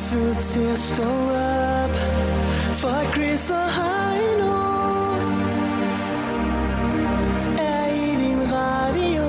tid til at stå op for Chris og Heino er i din radio.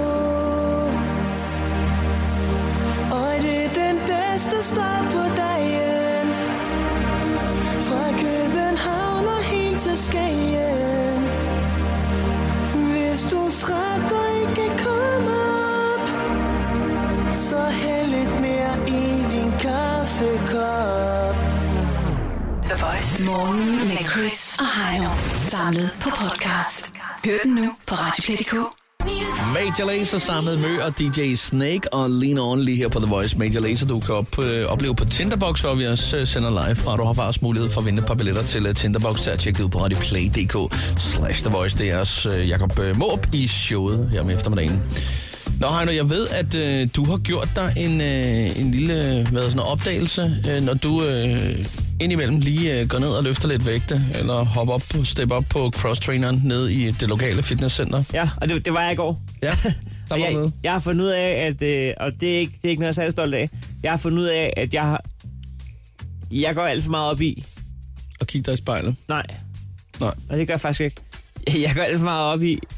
Og det er den bedste start på dagen. Fra København og helt til Skagen. Hvis du er træt og ikke kan komme op, så hæld lidt mere i din kaffekop. The Voice. Morgen med Chris og Heino. Samlet på podcast. Hør den nu på Radioplay.dk. Major Lazer sammen med Mø og DJ Snake og Lean On lige her på The Voice. Major Lazer, du kan opleve på Tinderbox, hvor vi også sender live fra. Du har faktisk mulighed for at vinde et par billetter til Tinderbox. Så tjek det ud på radioplay.dk/The Voice. Det er også Jakob Måb i showet her om eftermiddagen. Nå, Heino, jeg ved, at du har gjort dig en lille opdagelse, når du indimellem lige går ned og løfter lidt vægte, eller step op på cross-traineren nede i det lokale fitnesscenter. Ja, og det var jeg i går. Ja, der var noget. Jeg har fundet ud af, at, og det er ikke noget, jeg er særlig stolt af, jeg har fundet ud af, at jeg går alt for meget op i. Og kigge dig i spejlet? Nej. Og det gør jeg faktisk ikke. Jeg går alt for meget op i,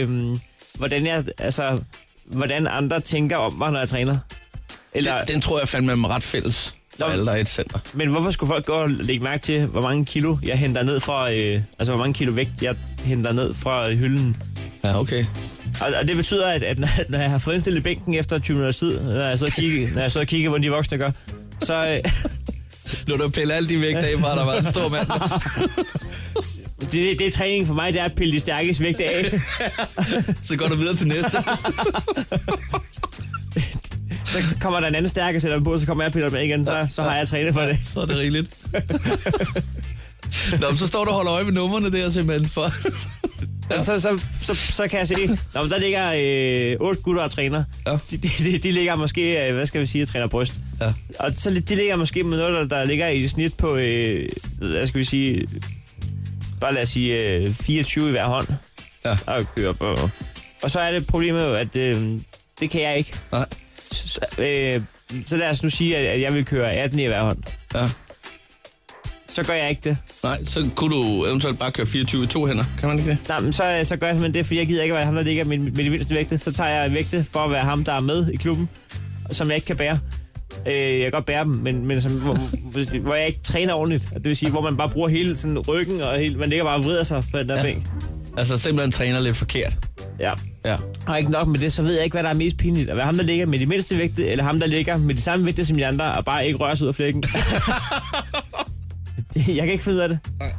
hvordan andre tænker om mig, når jeg træner. Eller... Den tror jeg fandme er ret fælles for alle, der er et center. Men hvorfor skulle folk gå og lægge mærke til, hvor mange kilo jeg henter ned fra, hvor mange kilo vægt jeg henter ned fra hylden? Ja, okay. Og det betyder, at når jeg har fået indstillet bænken efter 20 minutters tid, når jeg så og kigger, hvordan de voksne gør, så... Når du piller alle de vægte af, bare der var en stor mand. Det er træning for mig, det er at pille de stærkeste vægte af. Så går du videre til næste. Så kommer der en anden stærke, sætter dem på, så kommer jeg og piller dem igen, så har jeg trænet for det. Så er det rigeligt. Nå, så står du og holder øje med numrene der simpelthen for... Ja. Så kan jeg se, der ligger 8 gutter og træner. Ja. De ligger måske, hvad skal vi sige, træner bryst. Ja. Og så de ligger måske med noget, der ligger i snit på, hvad skal vi sige, bare lad os sige 24 i hver hånd. Ja. Og køre på. Og så er det problemet jo, at det kan jeg ikke. Nej. Så lad os nu sige, at jeg vil køre 18 i hver hånd. Ja. Så gør jeg ikke det. Nej, så kunne du eventuelt bare køre 24 i to hænder. Kan man ikke det? Nej, men så gør jeg simpelthen det, fordi jeg gider ikke være ham, der ligger med de mindste vægte. Så tager jeg vægte for at være ham, der er med i klubben, som jeg ikke kan bære. Jeg kan godt bære dem, men som, hvor jeg ikke træner ordentligt. Det vil sige, hvor man bare bruger hele sådan, ryggen, og man ligger bare og vrider sig på den der bænk. Altså simpelthen træner lidt forkert. Ja. Og ikke nok med det, så ved jeg ikke, hvad der er mest pinligt. At være ham, der ligger med de mindste vægte, eller ham, der ligger med de samme vægte som de andre, og bare ikke rører sig ud af flækken. Jeg kan ikke finde ud af det.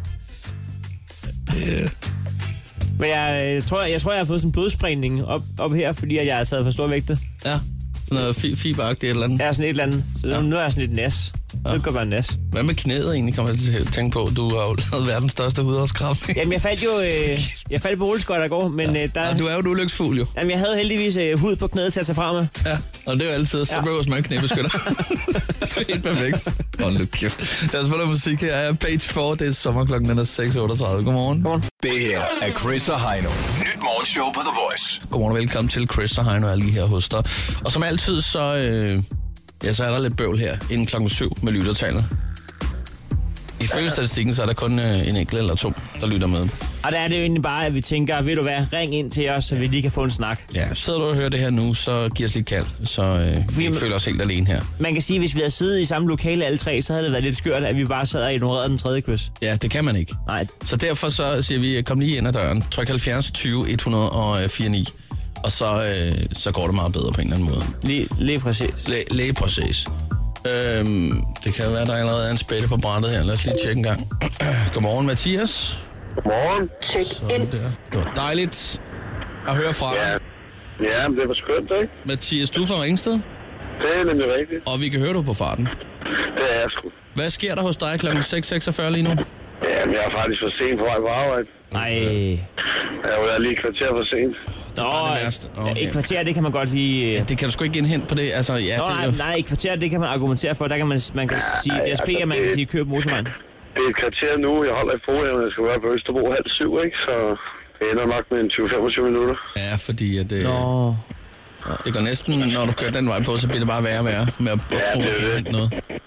Men jeg tror, jeg har fået sådan en blodsprængning op her, fordi jeg har taget for store vægte. Ja, sådan noget fiberagtigt et eller andet. Ja, sådan et eller andet. Så nu er jeg sådan lidt nas. Ja. Nu går bare nas. Hvad med knæet egentlig, kommer jeg til at tænke på? Du har jo lavet verdens største hudafskrab. Jamen, jeg faldt på rulleskøjter i går, men der... Ja, du er jo en ulyksfugl, jo. Jamen, jeg havde heldigvis hud på knæet til at tage fra med. Ja, og det er jo altid, så behøver man knæbeskytter. Helt perfekt. Hold nu kæft. Lad os få noget musik her. Jeg er Page 4, det er sommer klokken 6:38. Godmorgen. Det her er Chris og Heino. Nyt morgenshow på The Voice. Godmorgen og velkommen til Chris og Heino er lige her hos dig. Og som altid, så er der lidt bøvl her inden klokken 7 med lyttertallet. Ifølge statistikken, så er der kun en enkelt eller to, der lytter med. Og der er det jo egentlig bare, at vi tænker, ved du hvad, ring ind til os, så vi lige kan få en snak. Ja, sidder du og hører det her nu, så giv os lidt kald, så vi ikke føler os helt alene her. Man kan sige, at hvis vi havde siddet i samme lokale alle tre, så havde det været lidt skørt, at vi bare sad og ignorerede den tredje kys. Ja, det kan man ikke. Nej. Så derfor så siger vi, kom lige ind ad døren, tryk 70 20 104 9, og så går det meget bedre på en eller anden måde. Lige præcis. Lige præcis. Det kan være, der allerede er en spætte på brættet her. Lad os lige tjekke en gang. Godmorgen, Mathias. Godmorgen. Tjek ind. Det var dejligt at høre fra dig. Ja, men det var skønt, ikke? Mathias, du er fra Ringsted? Det er nemlig rigtigt. Og vi kan høre, du på farten. Det er jeg sgu. Hvad sker der hos dig klokken 6:46 lige nu? Jamen, jeg er faktisk for sent på vej på arbejde. Nej. Jeg er lige et kvarter for sent. Et kvarter, det kan man godt lige... Ja, det kan du sgu ikke indhente på det. Altså, ja, nej, et kvarter, det kan man argumentere for. Der kan man kan sige, DSB, at man kan sige, køb motorvejen. Det er et kvarter nu. Jeg holder i Forum, jeg skal være på Østerbro 6:30, ikke? Så det ender nok med en 20-25 minutter. Ja, fordi at... Det går næsten, når du kører den vej på, så bliver det bare værre og værre med at tro, at du kan hente noget.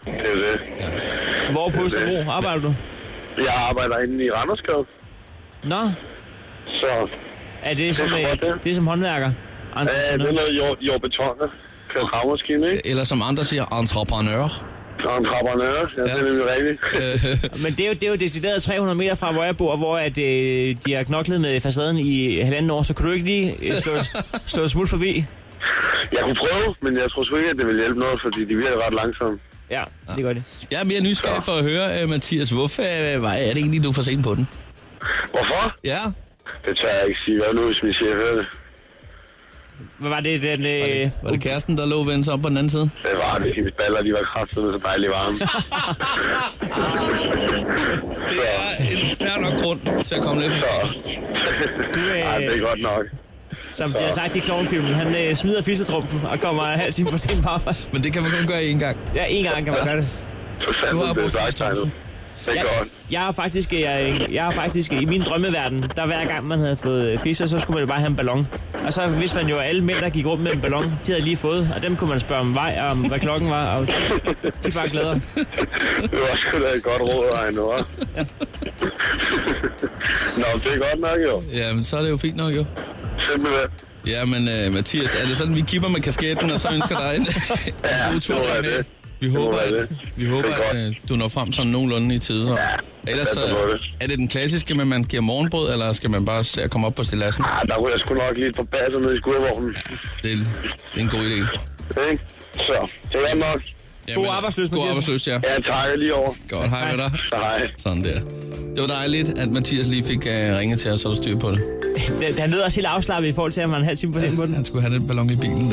Det er det. Ja. Hvor på Østerbro arbejder du? Jeg arbejder inde i Randersgade. Nå, Så er det som, det er som håndværker? det er noget jordbetoner. Kører gravmaskine, ikke? Eller som andre siger, entreprenør. Entreprenør, ja, det er nemlig rigtigt. Men det er jo decideret 300 meter fra, hvor jeg bor, hvor at, de har knoklet med facaden i 1,5 år, så kunne du ikke lige slå et smut forbi? Jeg kunne prøve, men jeg tror sgu ikke, at det vil hjælpe noget, fordi de virker ret langsomt. Ja, det gør det. Jeg er mere nysgerrig for at høre, Mathias, hvorfor er det egentlig, du er for sent på den? Hvorfor? Ja. Det tør jeg ikke sige. Hvad nu, hvis min chef hører det? Hvad var det, den... Var det kæresten, der lå vendt sig op på den anden side? Det var det. Hendes baller, de var kraftedeme så dejligt varme. Det er en fair nok grund til at komme lidt for sent. Ej, det er godt nok. Som det har sagt i klovnfilmen, han smider fissetrumpen og kommer en halv time for sent på arbejde. Men det kan man kun gøre én gang. Ja, en gang kan man gøre det. Du har brugt fissetrumpen. Det er godt. Jeg har faktisk i min drømmeverden, der hver gang man havde fået fisser, så skulle man jo bare have en ballon. Og så vidste man jo, at alle mænd, der gik rundt med en ballon, de havde lige fået. Og dem kunne man spørge om vej og om, hvad klokken var. Og de var glade. Det var sgu da et godt råd, Heino, hva'? Ja. Nå, det er godt nok, jo. Ja, men så er det jo fint nok, jo. Simpelthen. Ja, men Mathias, er det sådan, vi kipper med kasketten, og så ønsker dig en god tur dernede? Vi håber, at du når frem sådan nogenlunde i tide. Ellers er det den klassiske, med man giver morgenbrød, eller skal man bare se at komme op på stillassen? Der kunne jeg sgu nok lige på baser ned i skurvognen. Det er en god idé. Ikke? Så, det er nok. God arbejdsløs, Mathias. God arbejdsløs, ja. Ja, tak lige over. Godt, hej med dig. Hej. Sådan der. Det var dejligt, at Mathias lige fik ringet til os, så du styr på det. Han lød også helt afslappet i forhold til, at man en halv time på den. Han skulle have den ballon i bilen der.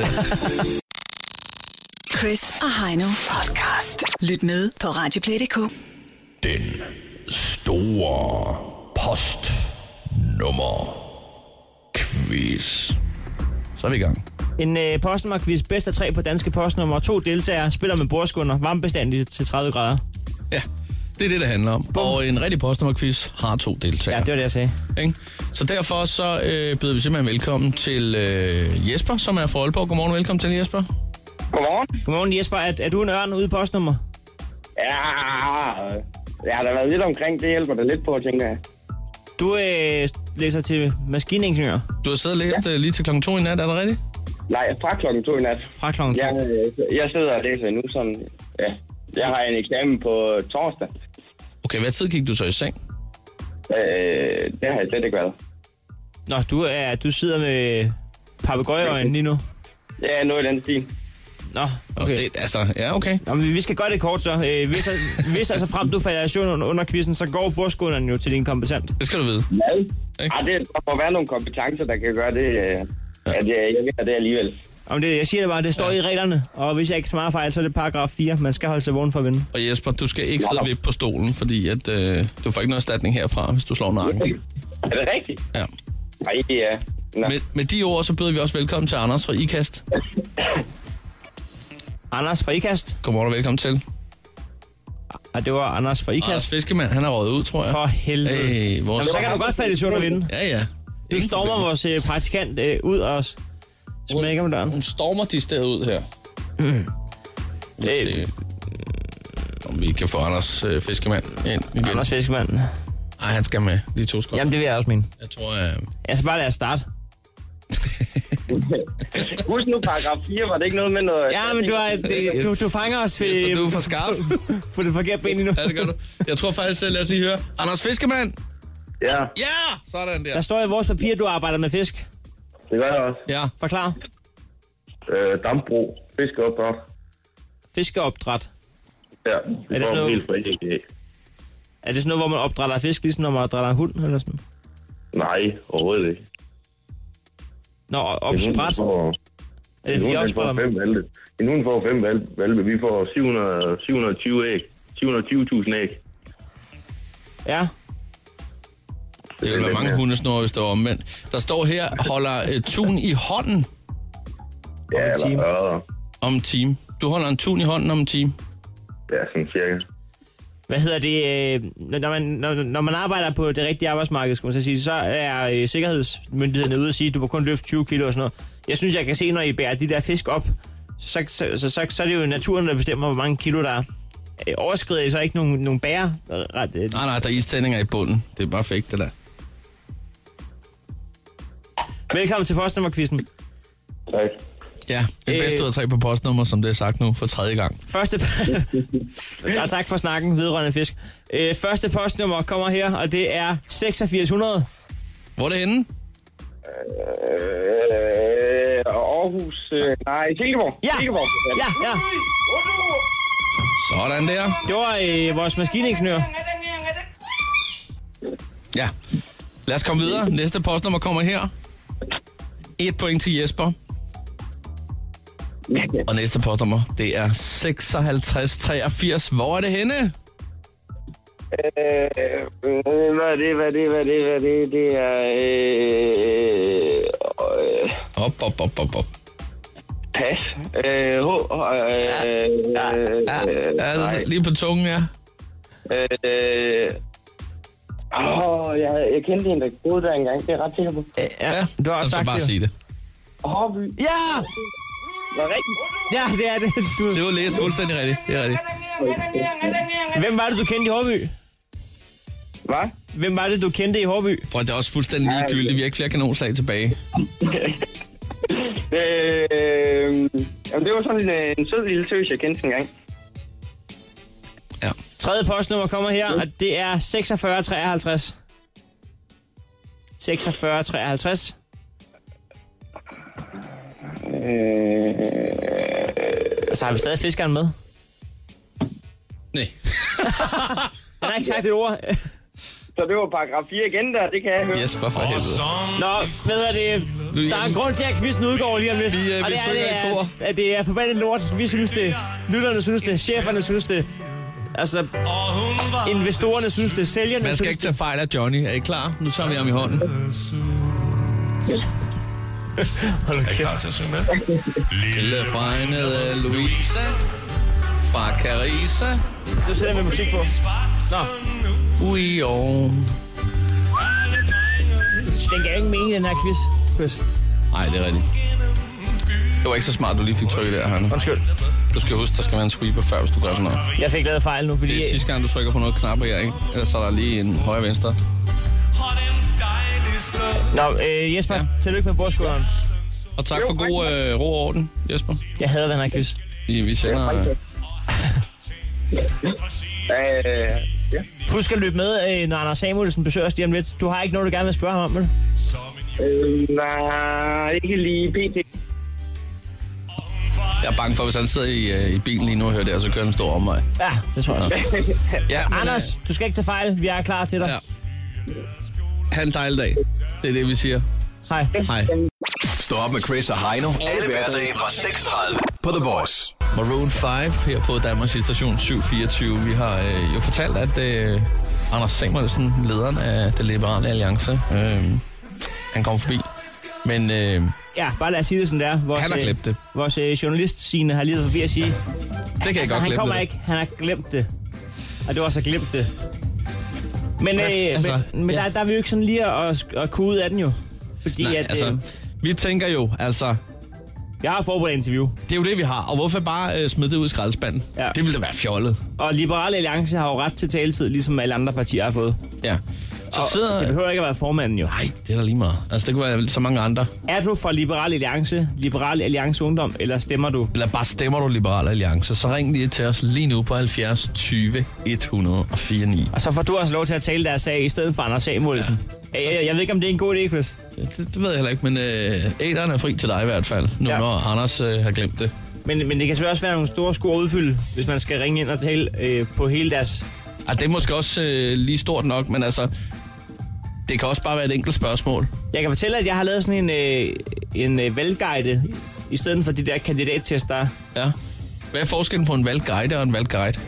Chris og Heino podcast. Lyt med på Radioplay.dk. Den store postnummer quiz. Så er vi i gang. En postnummer-quiz, bedst af 3 på danske postnummer. 2 deltagere, spiller med bordskunder, varmebestandigt til 30 grader. Ja, det er det, det handler om. Og en rigtig postnummer-quiz har 2 deltagere. Ja, det var det, jeg sagde. Ikke? Så derfor så byder vi simpelthen velkommen til Jesper, som er fra Aalborg. Godmorgen, velkommen til Jesper. Godmorgen. Godmorgen, Jesper. Er du en ørn ude i postnummer? Ja, jeg har da været lidt omkring. Det hjælper da lidt på, tænker jeg. Du læser til maskiningeniør. Du har siddet og læst lige til klokken 2 i nat, er det rigtigt? Nej, fra klokken 2 i nat. Fra klokken 2? Jeg sidder og læser nu sådan, ja. Jeg har en eksamen på torsdag. Okay, hvad tid gik du så i seng? Det har jeg slet ikke været. Nå, du sidder med papegøjeøjne lige nu? Ja, noget i den stil. Nå, okay. Okay. Nå, men vi skal gøre det kort så. Hvis altså frem du falder i søvn under quizzen, så går bordskunderne jo til din kompetent. Det skal du vide. Ja, der må være nogle kompetencer, der kan gøre det, at jeg ved det alligevel. Jeg siger det bare, det står i reglerne, og hvis jeg ikke så meget fejl, så er det paragraf 4. Man skal holde sig vågen for at vinde. Og Jesper, du skal ikke sidde vippe på stolen, fordi at, du får ikke noget erstatning herfra, hvis du slår nakken. Er det rigtigt? Ja. Nej, ja. Med de ord, så byder vi også velkommen til Anders fra IKAST. Anders fra IKAST. Godmorgen og velkommen til. Og det var Anders fra IKAST. Anders Fiskemand, han er røget ud, tror jeg. For helvede. Hey, Jamen, så kan du godt falde i søvn og vinde. Ja. Du stormer vores praktikant ud og smækker med døren. Hun stormer de steder ud her. Lad os se, om vi kan få Anders Fiskemand ind igen. Anders Fiskemand. Nej, han skal med. Lige 2 sekunder. Jamen, det vil jeg også mene. Jeg tror, Jeg skal bare lade os starte. Husk nu, paragraf 4, var det ikke noget med noget... Ja, men du fanger os ved... Du er for skarp. På det forkerte ben lige nu. Ja, det gør du. Jeg tror faktisk, lad os lige høre. Anders Fiskemand! Ja. Ja! Sådan der. Der står i vores papir, du arbejder med fisk. Det gør jeg også. Ja. Forklar. Dampbrug. Fiskeopdræt. Fiskeopdræt. Ja, Er det sådan noget- helt fri. Er det sådan noget, hvor man opdrætter fisk, ligesom når man opdrætter en hund, eller sådan? Nej, overhovedet ikke. Nå, opspræt. Er det fordi, jeg opsprætter dem? En hund får 5 valpe. Vi får 720 æg. 720.000 æg. Ja. Det vil være mange hundesnore, hvis det var omvendt. Der står her, holder tun i hånden Ja, en time. om en time. Du holder en tun i hånden om en time. Ja, sådan cirka. Hvad hedder det? Når man arbejder på det rigtige arbejdsmarked, skal man så sige, så er sikkerhedsmyndighederne ude og sige, at du må kun løfte 20 kilo og sådan noget. Jeg synes, jeg kan se, når I bærer de der fisk op, så er det jo naturen, der bestemmer, hvor mange kilo der er. overskrider I så ikke nogen bære? Nej, der er istændinger i bunden. Det er bare fake, det der. Velkommen til postnummerquizzen. Tak. Ja, det bedste ud af 3 på postnummer, som det er sagt nu for 3. gang. Og tak for snakken, vedrørende fisk. Første postnummer kommer her, og det er 8600. Hvor er det henne? Aarhus. Silkeborg. Ja. Silkeborg. Ja. Sådan der. Det var vores maskiningeniør. Ja. Lad os komme videre. Næste postnummer kommer her. 1 point til Jesper. Og næste postnummer, det er 5683. Hvor er det henne? Hvad er det? Det er... Op. Pas. Lige på tungen, ja. Jeg kendte en, der boede der engang. Det er jeg ret sikker på. Ja, du har også sagt bare det. sige det. Hårby. Ja! Var rigtigt? Ja, det er det. Det var læst fuldstændig rigtigt. Det er rigtigt. Hvem var det, du kendte i Hårby? Hvad? Hvem var det, du kendte i Hårby? Prøv, det er også fuldstændig ligegyldigt. Vi har ikke flere kanonslag tilbage. Det var sådan en sød lille tøs, jeg kendte engang. Ja. Tredje postnummer kommer her, og det er 4653. 4653. Så har vi stadig fiskeren med. Nej. Han har ikke sagt et ord. Så det var paragraf 4 igen der, det kan jeg høre. Yes, for helvede. Nå, hvad er det? Der er en grund til, at quizzen udgår lige om lidt. Vi synger i kor. At det er forbandet lort. Vi synes det. Lytterne synes det. Cheferne synes det. Altså, investorerne synes det. Sælgerne Man skal synes ikke tage fejl af Johnny. Er I klar? Nu tager vi ham i hånden. Hold nu kæft. Klar til at synge med? Lille fregnede Louise fra Carissa. Nu sætter vi musik på. Nå. Ui, oh. Den gav ikke mening, den her quiz. Chris. Nej, det er rigtigt. Det var ikke så smart, du lige fik trykket der, Hanne. Undskyld. Du skal huske, der skal være en sweeper før, hvis du gør sådan noget. Jeg fik lavet fejl nu, fordi... Det er sidste gang, du trykker på noget knapper her, ikke? Ellers er der lige en højre-venstre. Nå, Jesper, ja. Tillykke med bordskulderen. Og tak for god ro og orden, Jesper. Jeg hader den her quiz. Vi sender... Ja. Husk at løbe med, når Anders Samuelsen besøger os lige om lidt. Du har ikke noget, du gerne vil spørge ham om, vel? Nej, ikke lige pt. Jeg er bange for, hvis han sidder i bilen lige nu og hører det, og så kører han stor om mig. Ja, det tror jeg. Ja, men, Anders, du skal ikke tage fejl. Vi er klar til dig. Ja. Ha' en dejlig dag. Det er det, vi siger. Hej. Hej. Stå op med Chris og Heino. Alle hverdage fra 6:30 på The Voice. Maroon 5 her på Danmarks station 724. Vi har jo fortalt, at Anders Samuelsen, lederen af Det Liberale Alliance, han kom forbi. Men Ja, bare lad os sige det sådan der. han har glemt det. Vores journalist Signe har lige været forbi at sige... Det kan jeg godt han glemme kommer det. ikke. Han har glemt det. Og det var så glemt det. Men, men ja. der er vi jo ikke sådan lige at kunne ud af den jo. Fordi Nej, at... altså, vi tænker jo, altså... Jeg har forberedt et interview. Det er jo det, vi har. Og hvorfor bare smide det ud i skraldespanden? Ja. Det ville da være fjollet. Og Liberale Alliance har jo ret til taletid, ligesom alle andre partier har fået. Ja. Så Og sidder... det behøver ikke at være formanden jo. Nej, det er der lige meget. Altså, det kunne være så mange andre. Er du fra Liberale Alliance Ungdom, eller stemmer du? Eller bare stemmer du Liberale Alliance, så ring lige til os lige nu på 70 20 104 9. Og så får du også lov til at tale deres sag i stedet for Anders Samuelsen. Ja. Jeg ved ikke, om det er en god idé, Chris. Det ved jeg heller ikke, men æderen er fri til dig i hvert fald, nu når Anders har glemt det. Men det kan selvfølgelig også være nogle store sko at udfylde, hvis man skal ringe ind og tale på hele deres... Det er måske også lige stort nok, men altså, det kan også bare være et enkelt spørgsmål. Jeg kan fortælle, at jeg har lavet sådan en valgguide, i stedet for de der kandidattester. Ja. Hvad er forskellen på en valgguide og en valgguide?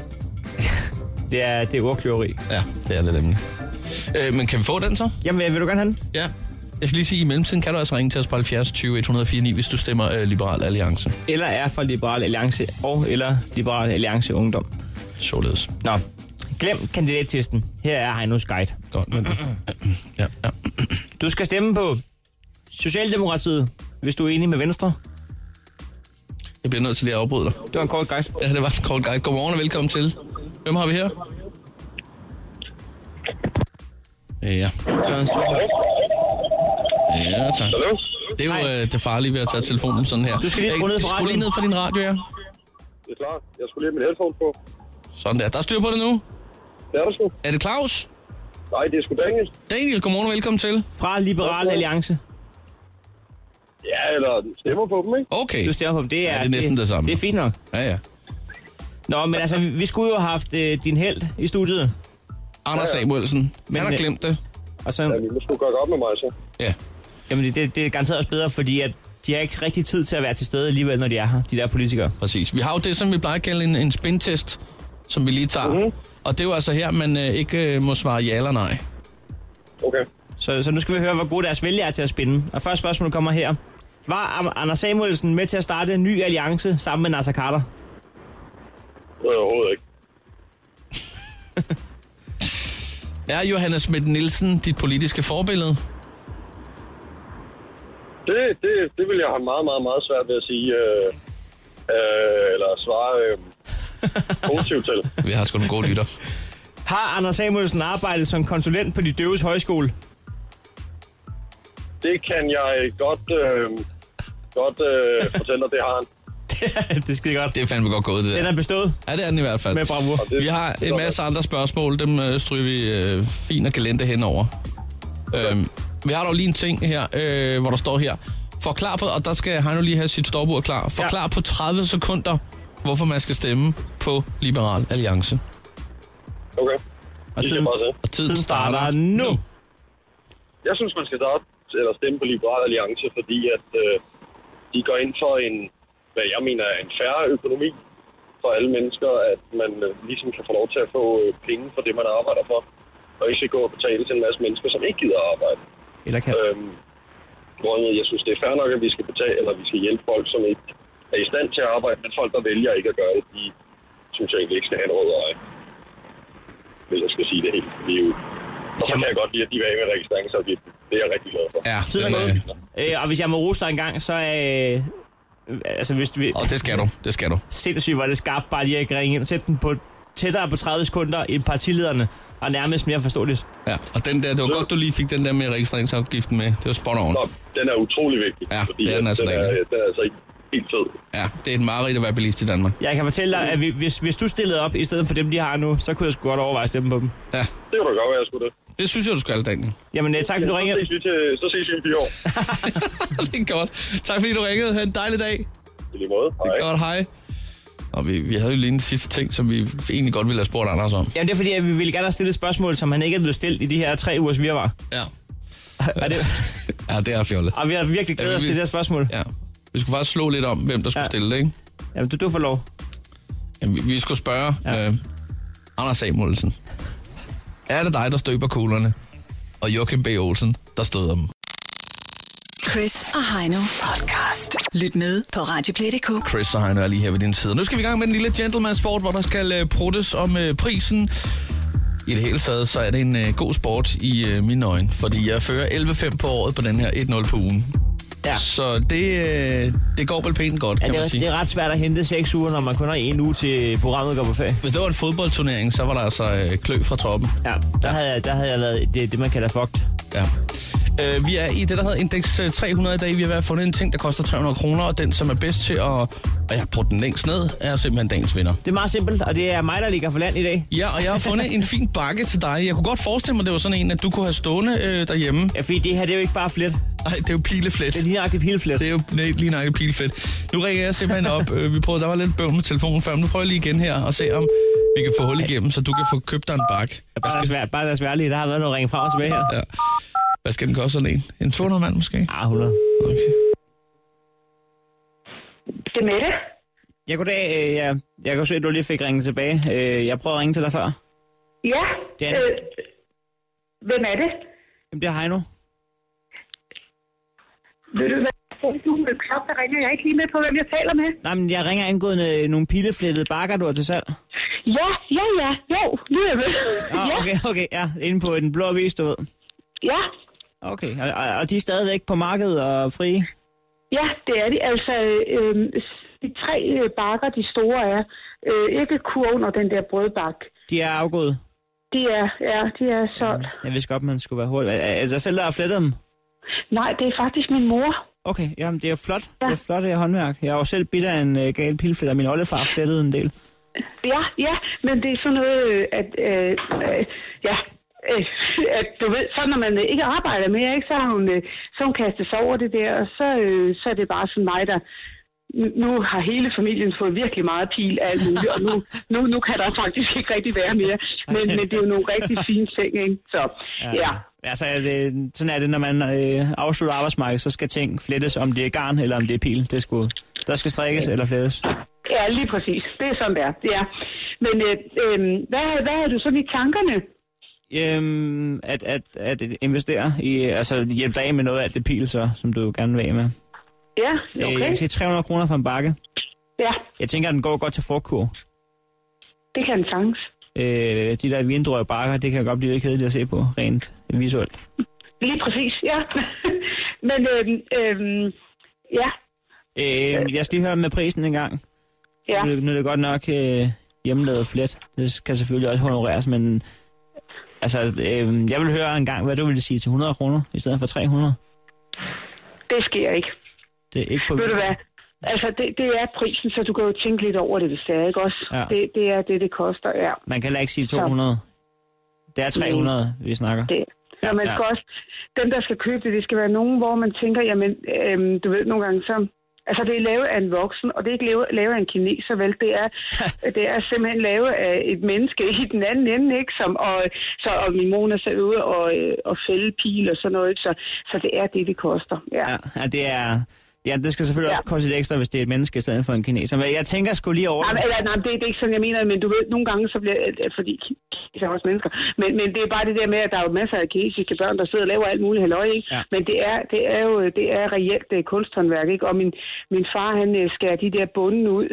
Det er ordkløveri. Ja, det er det nemlig. Men kan vi få den så? Jamen, vil du gerne have den? Ja. Jeg skal lige sige, at i mellemtiden kan du altså ringe til os på 70 20 104 9, hvis du stemmer Liberal Alliance. Eller er fra Liberal Alliance eller Liberal Alliance Ungdom. Således. Nå, glem kandidattesten. Her er Heinos guide. Godt. Ja. Du skal stemme på Socialdemokratiet, hvis du er enig med Venstre. Jeg bliver nødt til lige at afbryde dig. Det var en kort guide. Ja, det var en kort guide. Godmorgen og velkommen til. Hvem har vi her? Ja. Det var en stor. Ja, tak. Det er jo det farlige ved at tage telefonen sådan her. Du skal lige skrue ned for radioen. Skru lige ned for din radio, ja. Det er klart. Jeg skulle lige have min headphone på. Sådan der. Der er styr på det nu. Det er der sgu. Er det Claus? Nej, det er sgu Daniel. Daniel, godmorgen og velkommen til. Fra Liberal Alliance. Ja, eller stemmer på dem, ikke? Okay. Du stemmer på dem. Det er, Ja, det er næsten det samme. Det er fint nok. Ja. Nå, men altså, vi skulle jo have haft din helt i studiet. Anders Samuelsen. Han har glemt det. Og så, Ja, vi må sgu gøre op med mig, så. Ja. jamen, det er garanteret også bedre, fordi at de har ikke rigtig tid til at være til stede alligevel, når de er her, de der politikere. Præcis. Vi har jo det, som vi plejer at kalde en spin-test, som vi lige tager. Mm-hmm. Og det er jo altså her, man ikke må svare ja eller nej. Okay. Så nu skal vi høre, hvor gode deres vælgere er til at spinde. Og første spørgsmål kommer her. Var Anders Samuelsen med til at starte en ny alliance sammen med Nasser Carter? Det er overhovedet ikke. Er Johannes Schmidt Nielsen dit politiske forbillede? Det vil jeg have meget, meget, meget svært ved at sige, eller svare positivt til. Vi har sgu nogle gode lytter. Har Anders Samuelsen arbejdet som konsulent på de døves højskole? Det kan jeg godt fortælle dig, det har han. Det er skide godt. Det er fandme godt gået, det der. Den er bestået Ja, det er den i hvert fald. med bravur. Vi har en masse andre spørgsmål, dem stryger vi fint og galente henover. Vi har dog lige en ting her, hvor der står her. Forklar på, og der skal Heino lige have sit stopur klar. Forklar på 30 sekunder, hvorfor man skal stemme på Liberal Alliance. Okay. Og Det tiden, skal bare se. Og tiden starter nu. Jeg synes, man skal starte eller stemme på Liberal Alliance, fordi at de går ind for en, hvad jeg mener er en færre økonomi for alle mennesker, at man ligesom kan få lov til at få penge for det, man arbejder for, og ikke skal gå og betale til en masse mennesker, som ikke gider at arbejde. Eller kan. Hvorimod jeg synes, det er fair nok, at vi skal betale, eller vi skal hjælpe folk, som ikke er i stand til at arbejde, men folk, der vælger ikke at gøre det, de synes jeg egentlig ikke skal have en rød øje. Hvis jeg skal sige det helt. Det er jo... Og så kan jeg godt lide, at de er af med registreringsafgiften. Det er jeg rigtig glad for. Ja, Tiden er gået. Og hvis jeg må rose dig en gang, så er... altså, hvis du... Og det skal du. Sindssygt, hvor det skarpt bare lige at ringe ind og sætte den på tættere på 30 sekunder end partilederne, og nærmest mere forståeligt. Ja, og den der, det var godt, du lige fik den der med registreringsafgiften med. Det var spot on. Nå, den er utrolig vigtig. Ja, fordi det er den altså den er altså ikke helt fed. Ja, det er et mareridt at være bilist i Danmark. Jeg kan fortælle dig, at hvis du stillede op i stedet for dem, de har nu, så kunne jeg sgu godt overveje at stemme på dem. Ja, Det kunne da godt være, jeg skulle det. det synes jeg, du skal, Daniel. Jamen, tak fordi du ringede. Så ses vi om 4 år. Det er godt. Tak fordi du ringede. Ha' en dejlig dag. I lige måde. Det er godt, hej. Og vi havde jo lige en sidste ting, som vi egentlig godt ville have spurgt Anders om. Jamen, det er fordi, at vi ville gerne have stillet et spørgsmål, som han ikke er blevet stillet i de her 3 ugers virvar. Ja. Er det? Ja, det er fjollet. Og vi har virkelig glædet os til det her spørgsmål. Ja. Vi skulle faktisk slå lidt om, hvem der skulle stille det, ikke? Jamen, du får lov. Jamen, vi skulle spørge Anders Samuelsen. Er det dig, der støber kuglerne? Og Joachim B. Olsen, der støder dem? Chris og Heino podcast. Lyt med på Radioplay.dk. Chris og Heino er lige her ved din side. Nu skal vi i gang med den lille gentleman-sport, hvor der skal pruttes om prisen. I det hele taget, så er det en god sport i mine øjne, fordi jeg fører 11,5 på året på den her 1-0 på ugen. Ja. Så det går vel pænt godt, kan man sige. Det er ret svært at hente 6 uger, når man kun har 1 uge til programmet går på ferie. Hvis det var en fodboldturnering, så var der altså klø fra toppen. Ja, der havde jeg lavet det man kalder fucked. Ja. Vi er i det, der hedder Index 300 i dag. Vi har været fundet en ting, der koster 300 kroner, og den, som er bedst til at jeg har brugt den længst ned, er simpelthen dagens vinder. Det er meget simpelt, og det er mig, der ligger for land i dag. Ja, og jeg har fundet en fin bakke til dig. Jeg kunne godt forestille mig, det var sådan en, at du kunne have stående derhjemme. Ja, fordi det her, det er jo ikke bare flet. Nej, det er jo pileflet. Det er lige nøjagtigt pileflet. Det er jo lige nøjagtigt pileflet. Nu ringer jeg simpelthen op. Vi prøvede, der var lidt bøvl med telefonen før, men nu prøver jeg lige igen her og se, om vi kan få hul igennem, så du kan få købt dig en bakke. Bare deres værlige, der har været noget ringe frem og tilbage her. Ja. Hvad skal den koste sådan en? En 200 mand måske? 100. Okay. Det er Mette. Ja, goddag. Jeg kan se, at du lige fik ringet tilbage. Jeg prøvede at ringe til dig før. Ja. Det er hvem er det? Jamen, det er Heino. Ved du hvad? Du klap, der ringer jeg ikke lige med på, hvem jeg taler med. Nej, men jeg ringer angående nogle pileflettede bakker, du har til salg. Ja. Jo, nu er jeg med. Okay, ja. Inde på den blå avis, du ved. Ja. Okay, og de er stadigvæk på markedet og frie? Ja, det er de. Altså, 3 bakker, de store er. Ikke kurven og den der brødbakke. De er afgået? De er solgt. Jeg vidste godt, man skulle være hurtig. Er det dig selv, der har flettet dem? Nej, det er faktisk min mor. Okay, jamen det er flot. Ja. Det er flot håndværk. Jeg har jo selv bidt af en gal pilfletter. Min oldefar flettede en del. Ja, men det er sådan noget, at du ved, så når man ikke arbejder mere, ikke, så har hun kastet sig over det der, og så er det bare sådan mig, der nu har hele familien fået virkelig meget pil af alt muligt, og nu kan der faktisk ikke rigtig være mere, men det er jo nogle rigtig fine ting, ikke? Så ja. Altså, sådan er det, når man afslutter arbejdsmarkedet, så skal ting flettes, om det er garn eller om det er pil. Der skal strikkes eller flettes. Ja, lige præcis. Det er sådan, det er. Ja. Men hvad har du så i tankerne? At investere i, altså hjælpe dig af med noget af alt det pil, så, som du gerne vil af med. Ja, okay. Jeg kan se 300 kroner for en bakke. Ja. Jeg tænker, at den går godt til frugtkurv. Det kan den sagtens. De der vindrøde bakker, det kan godt blive lidt kedeligt at se på, rent visuelt. Lige præcis, ja. Men, ja. Jeg skal lige høre med prisen en gang. Ja. Nu er det godt nok hjemmelavet flet. Det kan selvfølgelig også honoreres, men altså, jeg vil høre en gang, hvad du ville sige til 100 kroner i stedet for 300. Det sker ikke. Det er ikke på. Ved du hvad? Altså, det er prisen, så du kan jo tænke lidt over det, hvis det er, ikke også? Ja. Det er det koster, ja. Man kan heller ikke sige 200. Det er 300, vi snakker. Ja, man skal også, dem der skal købe det skal være nogen, hvor man tænker, jamen, du ved, nogle gange så, altså det er lavet af en voksen, og det er ikke lavet af en kineser, vel? Det er simpelthen lavet af et menneske i den anden ende, ikke? Og min mor er så ude og fælde pil og sådan noget, ikke? Så det er det koster, ja. Ja, det er. Ja, det skal selvfølgelig også koste lidt ekstra, hvis det er et menneske i stedet for en kineser. Men jeg tænker sgu lige over det. Nej, det er ikke sådan, jeg mener, men du ved, nogle gange så bliver det, fordi kineser er også mennesker. Men det er bare det der med, at der er jo masser af kinesiske børn, der sidder og laver alt muligt halløj, ikke? Ja. Men det er reelt kunsthåndværk, ikke? Og min far, han skærer de der bunden ud,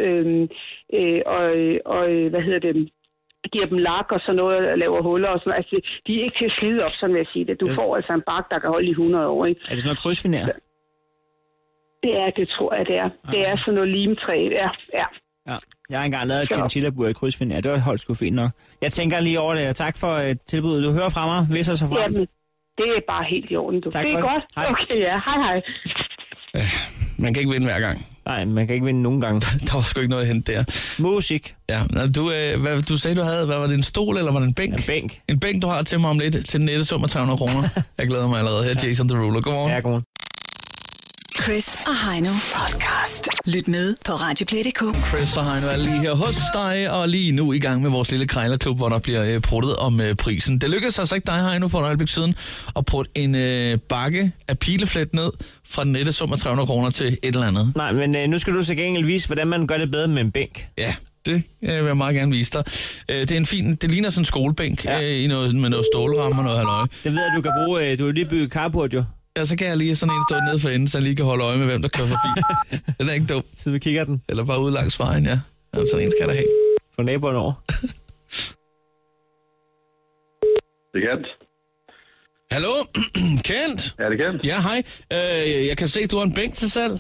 og hvad hedder det, giver dem lak og sådan noget, og laver huller og sådan noget. Altså, de er ikke til at slide op, sådan vil jeg sige det. Du får altså en bak, der kan holde i 100 år, ikke? Er det sådan noget krydsfiner? Det tror jeg, det er. Okay. Det er sådan noget limtræ, ja. Jeg har engang lavet et chinchilla-bur i krydsfiner. Det var holdt sgu fint nok. Jeg tænker lige over det. Tak for tilbuddet. Du hører fra mig, hvis jeg så frem. Jamen, det er bare helt i orden, du. Tak det er godt. Hej. Okay, ja. Hej. Man kan ikke vinde hver gang. Nej, man kan ikke vinde nogen gange. Der var sgu ikke noget at hente der. Musik. Ja, du sagde, du havde, hvad var det, en stol, eller var det en bænk? En bænk. En bænk, du har til mig om lidt, til den nette sum af 300 kroner. Jeg glæder mig allerede her, Jason Derulo. Godmorgen. Ja, godmorgen. Chris og Heino podcast. Lyt med på radioplay.dk. Chris og Heino er lige her hos dig, og lige nu i gang med vores lille krejlerklub, hvor der bliver pruttet om prisen. Det lykkedes altså ikke dig, Heino, for et øjeblik siden, at putte en bakke af pileflet ned fra den nette sum af 300 kroner til et eller andet. Nej, men nu skal du så gengæld vise, hvordan man gør det bedre med en bænk. Ja, det vil jeg meget gerne vise dig. Det er en fin, det ligner sådan en skolebænk i noget, med noget stålramme og noget halløj. Det ved jeg, du kan bruge. Du har lige bygget carport, jo. Ja, så kan jeg lige sådan en stå nede for enden, så jeg lige kan holde øje med, hvem der kører forbi. Den er ikke dum. Så vi kigger den. Eller bare ud langs vejen, ja. Jamen, sådan en skal der have. For naboen over. Det er Kent. Hallo? Kent? Ja, det er Kent. Ja, hej. Jeg kan se, du har en bænk til salg.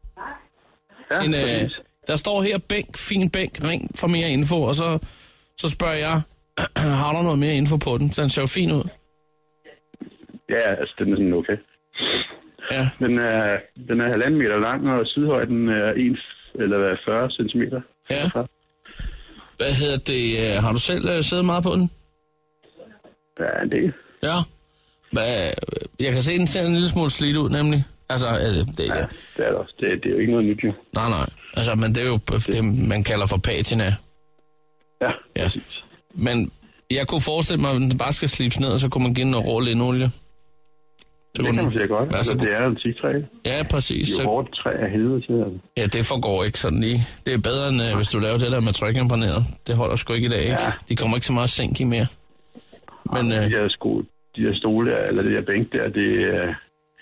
Ja, der står her bænk, fin bænk, ring for mere info, og så spørger jeg, har du noget mere info på den? Den ser jo fin ud. Ja, altså den er sådan okay. Ja. Den er 1,5 meter lang, og sydhøjden er 40 centimeter. Ja. Hvad hedder det? Har du selv siddet meget på den? Ja, en del. Ja. Jeg kan se, den ser en lille smule slidt ud, nemlig. Altså, det er det også. Det er jo ikke noget nyt, jo. Nej. Altså, men det er jo det, man kalder for patina. Ja, ja. Præcis. Men jeg kunne forestille mig, at den bare skal slipes ned, og så kunne man give den noget rå linolie. Det kan man sige godt. Altså, det er en teaktræ. Ja, præcis. Det er jo hårdt træ af helvede til. Altså. Ja, det forgår ikke sådan lige. Det er bedre, end hvis du laver det der med trykimponeret. Det holder sgu ikke i dag, ikke? Ja. De kommer ikke så meget sænk i mere. Men, de der stole der, eller det der bænk der, det er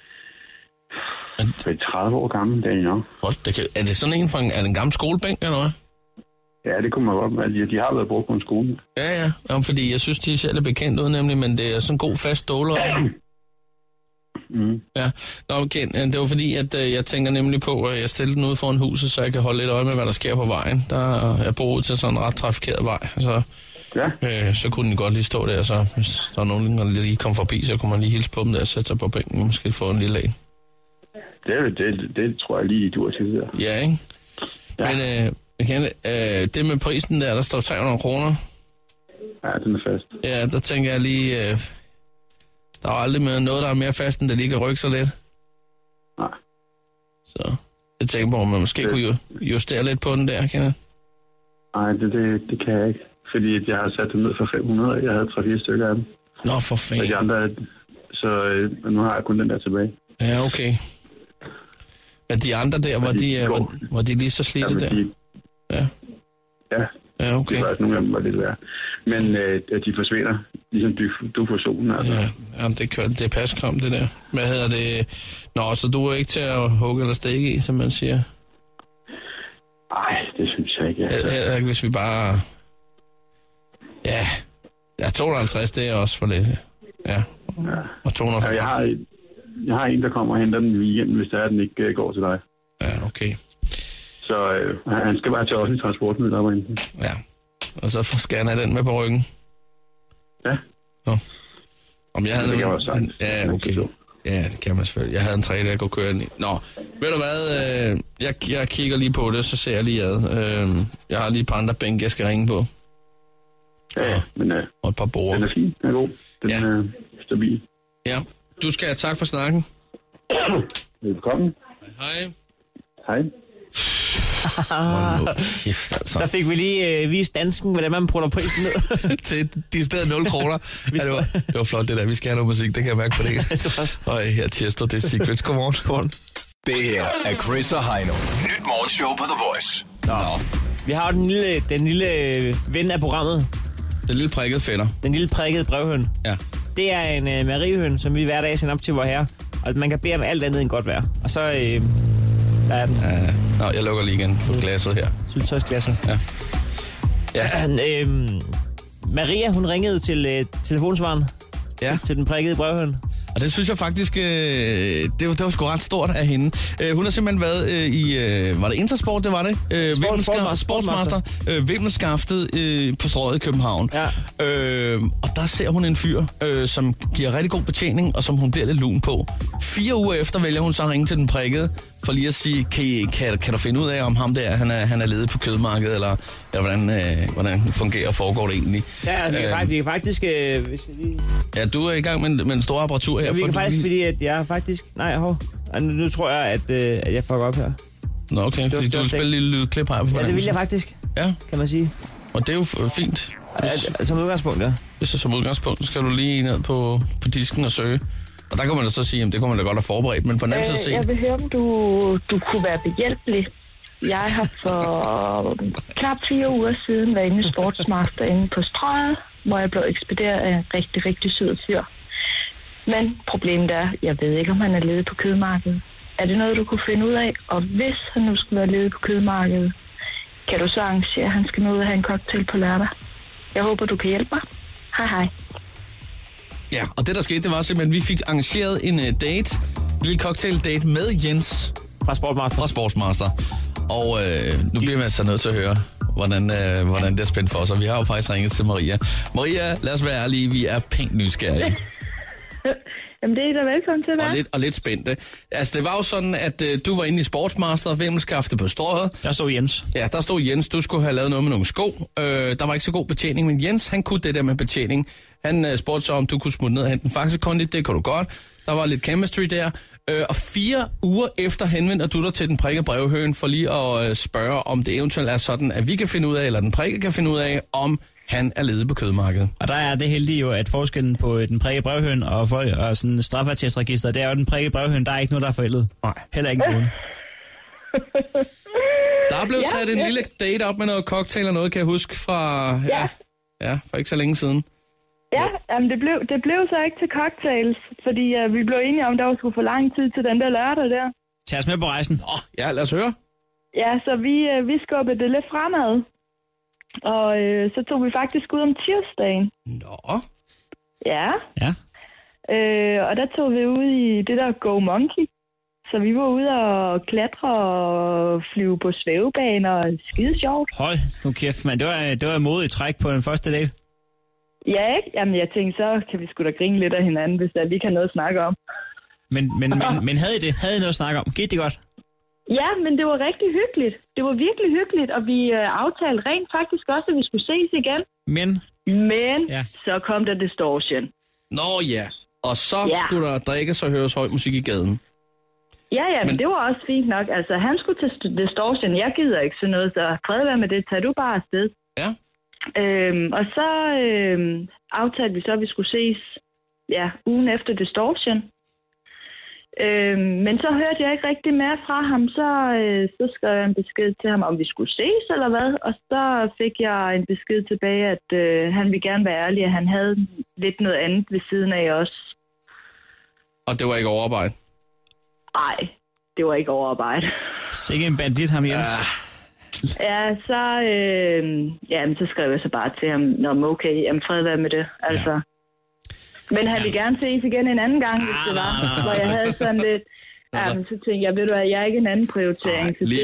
30 år gammel, det er nok. Er det sådan en fra en gammel skolebænk, eller hvad? Ja, det kunne man godt. De har været brugt på en skole. Ja. Fordi jeg synes, de ser lidt bekendt ud, nemlig, men det er sådan en god fast ståler. Ja, nå, okay. Det var fordi, at jeg tænker nemlig på, at jeg stiller den ude foran huset, så jeg kan holde lidt øje med, hvad der sker på vejen. Jeg bor ud til sådan en ret trafikeret vej, så kunne den godt lige stå der, så hvis der er nogen, der lige kommer forbi, så kunne man lige hilse på dem der og sætte sig på bænken og måske få en lille en. Det tror jeg lige, du har til der. Ja, ikke? Ja. Men det med prisen der står 300 kroner. Ja, den er fast. Ja, der tænker jeg lige, der er aldrig med noget, der er mere fast, end der lige kan rykke sig lidt. Nej. Så jeg tænker på, om man måske kunne justere lidt på den der, Kenneth. Nej, det kan jeg ikke. Fordi jeg har sat dem ned for 500, og jeg havde 3-4 stykker af dem. Nå, for fanden. Så nu har jeg kun den der tilbage. Ja, okay. Men de andre der, var de lige så slidte der? Ja. Ja, okay. Det var nogle af dem var lidt værd. Men de forsvinder, ligesom diffusionen. Altså. Ja, det er paskram, det der. Hvad hedder det? Nå, så du er ikke til at hugge eller stikke i, som man siger? Nej, det synes jeg ikke. Hvis vi bare... Ja, 250, det er også for lidt. Ja. Og 250. Ja, jeg har en, der kommer og henter den i weekenden, hvis den ikke går til dig. Ja, okay. Så han skal bare til offentlig transportmiddel op og enten. Ja, og så scanner jeg den med på ryggen. Ja. Nå. Om jeg havde det kan jeg også sagt. Ja, okay. Ja, det kan man selvfølgelig. Jeg havde en 3, der kunne køre den i. Nå, ved du hvad? Jeg kigger lige på det, så ser jeg lige ad. Jeg har lige et par andre bænke, jeg skal ringe på. Ja, men og et par borde. Den er fin, den er god. Den er stabil. Ja, du skal have tak for snakken. Velkommen. Hej. Hej. Kæft, altså. Så fik vi lige vist dansken, hvordan man prutter prisen ned. Til de steder 0 kroner. Det var flot det der. Vi skal have noget musik, det kan jeg mærke på det. Og her Chester, det er Secrets. Godmorgen. Det her er Chris og Heino. Nyt morgenshow på The Voice. Nå. Vi har jo den lille ven af programmet. Den lille prikkede fætter. Den lille prikkede brevhøn. Ja. Det er en mariehøn, som vi hver dag sender op til vor herre. Og man kan bede om alt andet end godt vejr. Og så der er den. Nå, jeg lukker lige igen for glasset her. Syltøjsglasset. Ja. Maria, hun ringede til telefonsvaren. Ja. Til den prikkede brevhøn. Og det synes jeg faktisk, det var sgu ret stort af hende. Hun har simpelthen været i, var det Intersport, det var det? Sportsmaster. Vimmelskaftet på Strøget i København. Ja. Og der ser hun en fyr, som giver rigtig god betjening, og som hun bliver lidt lun på. 4 uger efter vælger hun så at ringe til den prikkede, for lige at sige, kan du finde ud af, om ham der, han er ledig på kødmarkedet, eller hvordan fungerer og foregår det egentlig? Ja, altså, vi kan faktisk hvis vi lige... Ja, du er i gang med en stor apparatur her. Ja, vi kan faktisk, fordi at jeg faktisk... Nej, nu tror jeg, at jeg fucker op her. Nå, okay, fordi du vil spille et lille lydklip her på fornemmelsen. Ja, det vil jeg faktisk, kan man sige. Og det er jo fint. Som udgangspunkt, ja. Hvis som udgangspunkt, skal du lige ned på disken og søge. Og der kan man da så sige, at det kunne man da godt have forberedt, men på den anden side set... Jeg vil høre, om du kunne være behjælpelig. Jeg har for knap 4 uger siden været inde i Sportsmaster inde på Strøget, hvor jeg blev ekspederet af en rigtig, rigtig sød fyr. Men problemet er, jeg ved ikke, om han er ledig på kødmarkedet. Er det noget, du kunne finde ud af? Og hvis han nu skal være ledig på kødmarkedet, kan du så arrangere, at han skal med ud og have en cocktail på lørdag? Jeg håber, du kan hjælpe mig. Hej, hej. Ja, og det der skete, det var simpelthen, at vi fik arrangeret en date, en lille cocktail-date med Jens. Fra Sportsmaster. Og nu bliver vi altså nødt til at høre, hvordan det er spændt for os. Og vi har jo faktisk ringet til Maria. Maria, lad os være ærlige, vi er pænt nysgerrige. Jamen, det er da velkommen til, hvad? Og lidt spændte. Altså, det var jo sådan, at du var inde i Sportsmaster, Vimmelskaftet på Strøget. Der stod Jens. Ja, der stod Jens. Du skulle have lavet noget med nogle sko. Der var ikke så god betjening, men Jens, han kunne det der med betjening. Han spurgte så, om du kunne smutte ned og hente en faxekondi. Det kunne du godt. Der var lidt chemistry der. Og 4 uger efter henvender du dig til den prikkede brevhøn for lige at spørge, om det eventuelt er sådan, at vi kan finde ud af, eller den prikke kan finde ud af, om han er ledig på kødmarkedet. Og der er det heldige jo, at forskellen på den prikkede brevhøn og sådan straffeattestregister, det er jo den prikkede brevhøn, der er ikke noget, der er forældet. Nej. Heller ikke nogen. Der blev sat en lille date op med noget cocktail og noget, kan jeg huske, fra ikke så længe siden. Ja, jamen det blev så ikke til cocktails, fordi vi blev enige om, at der skulle for lang tid til den der lørdag der. Tag os med på rejsen. Ja, lad os høre. Ja, så vi skubbede det lidt fremad. Og så tog vi faktisk ud om tirsdagen. Nå. Ja. Ja. Og der tog vi ud i det der Go Monkey. Så vi var ude og klatre og flyve på svævebaner. Skide sjovt. Hold nu kæft, mand. Det var et modigt træk på den første date. Ja, ikke? Jamen, jeg tænkte, så kan vi sgu da grine lidt af hinanden, hvis der vi kan noget at snakke om. Men havde I det? Havde I noget at snakke om? Gik det godt? Ja, men det var rigtig hyggeligt. Det var virkelig hyggeligt, og vi aftalte rent faktisk også, at vi skulle ses igen. Men ja. Så kom der distortion. Nå ja, og så skulle der drikkes og høres høj musik i gaden. Ja, men det var også fint nok. Altså, han skulle til distortion. Jeg gider ikke sådan noget, så fred være med det. Tag du bare afsted. Ja. Og så aftalte vi så, at vi skulle ses ugen efter distortion. Men så hørte jeg ikke rigtig mere fra ham. Så skrev jeg en besked til ham, om vi skulle ses eller hvad. Og så fik jeg en besked tilbage, at han ville gerne være ærlig, at han havde lidt noget andet ved siden af os. Og det var ikke overarbejde? Nej, det var ikke overarbejde. Sikke en bandit, ham Jens. Ja, så skrev jeg så bare til ham, okay, jamen fred være med det, altså. Ja. Men han ville gerne ses igen en anden gang, hvis det var, hvor jeg havde sådan lidt, så tænkte jeg, ved du hvad, jeg er ikke en anden prioritering, så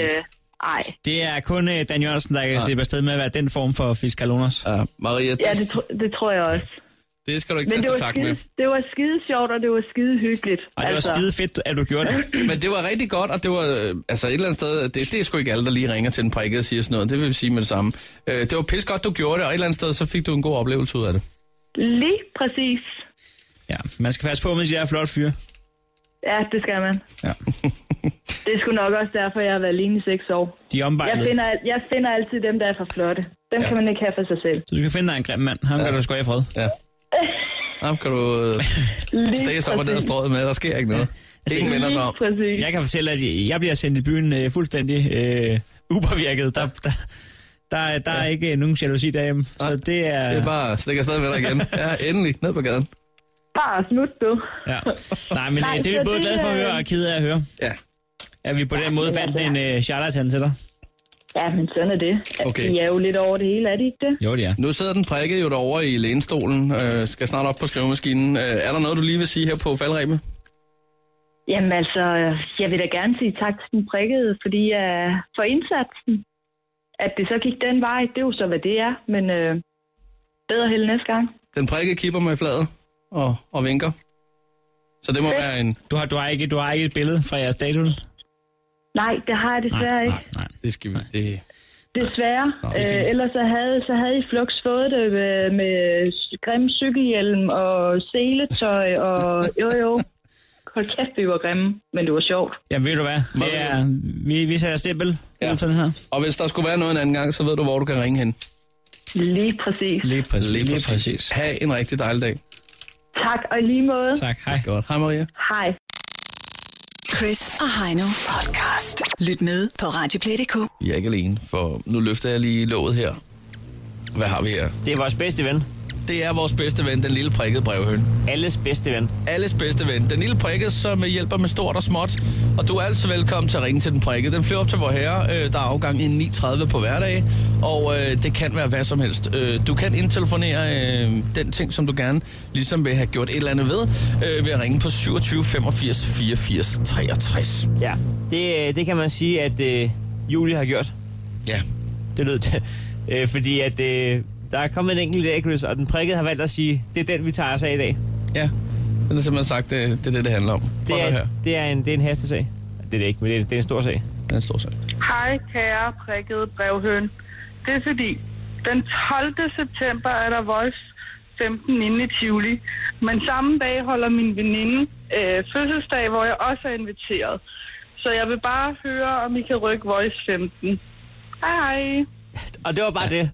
det, Det er kun Dan Jørgensen, der kan slippe afsted med at være den form for fiskalonos. Ja, Maria. Det tror jeg også. Det skal du ikke tage til tak med. Det var skide sjovt, og det var skide hyggeligt. Og det var skide fedt, at du gjorde det. Men det var rigtig godt, og det var altså et eller andet sted, det er sgu ikke alle, der lige ringer til den prikkede og siger sådan noget. Det vil vi sige med det samme. Det var pis godt, du gjorde det, og et eller andet sted, så fik du en god oplevelse ud af det. Lige præcis. Ja, man skal passe på med de der flotte fyre. Ja, det skal man. Ja. Det er sgu nok også derfor, jeg har været alene i 6 år. De er ombejlet. Jeg finder altid dem, der er for flotte. Dem kan man ikke have for sig selv. Så du kan finde dig en grim mand. Ham kan du sgu i fred. Ja. Ham kan du stæse op og ned og strøget med. Der sker ikke noget. Ingen minder sig om. Jeg kan fortælle, at jeg bliver sendt i byen fuldstændig upåvirket. Der er ikke nogen jalousi derhjemme. Så det er... Det er bare stikker afsted med dig igen. Ja, endelig. Ned på gaden. Bare smut, du. Ja. Nej, men det er vi både glade for at høre og kede af at høre. Ja. At vi på den måde fandt en charlatan til dig. Ja, men sådan er det. Okay. De er jo lidt over det hele, er de ikke det? Jo, det er. Nu sidder den prikket jo derovre i lænestolen. Skal snart op på skrivemaskinen. Er der noget, du lige vil sige her på faldrebet? Jamen altså, jeg vil da gerne sige tak til den prikkede, fordi for indsatsen. At det så gik den vej, det er jo så, hvad det er. Men bedre held næste gang. Den prikkede kipper med fladet og vinker. Så det må være en... Du har ikke et billede fra jeres dato? Nej, det har jeg desværre ikke. Nej. Det skal vi... Det... Desværre. Ellers så havde I flux fået det med grimme cykelhjelm og seletøj og jo. Hold kæft, vi var grimme, men det var sjovt. Ja, ved du hvad? Det er, vi sætter stempel ud for den her. Og hvis der skulle være noget en anden gang, så ved du, hvor du kan ringe hen. Lige præcis. Lige præcis. Ha' en rigtig dejlig dag. Tak, og i lige måde. Tak, hej. Godt. Hej Maria. Hej. Chris og Heino podcast. Lyt med på Radioplay.dk. Jeg er ikke alene, for nu løfter jeg lige låget her. Hvad har vi her? Det er vores bedste ven. Det er vores bedste ven, den lille prikkede brevhøn. Alles bedste ven. Alles bedste ven. Den lille prikkede, som hjælper med stort og småt. Og du er altid velkommen til at ringe til den prikkede. Den flyver op til vor herre. Der er afgang i 9:30 på hverdag. Og det kan være hvad som helst. Du kan indtelefonere den ting, som du gerne ligesom vil have gjort et eller andet ved at ringe på 27 85 84 63. Ja, det kan man sige, at Julie har gjort. Ja. Det lød det. Fordi at... der er kommet en enkelt dag, Chris, og den prikkede har valgt at sige, det er den, vi tager os af i dag. Ja, den har simpelthen sagt, det er det handler om. Det er en hastesag. Det er det ikke, men det er en stor sag. Det er en stor sag. Hej, kære prikkede brevhøn. Det er fordi, den 12. september er der Voice 15 inde i Tivoli. Men samme dag holder min veninde fødselsdag, hvor jeg også er inviteret. Så jeg vil bare høre, om I kan rykke Voice 15. Hej. Og det var bare det.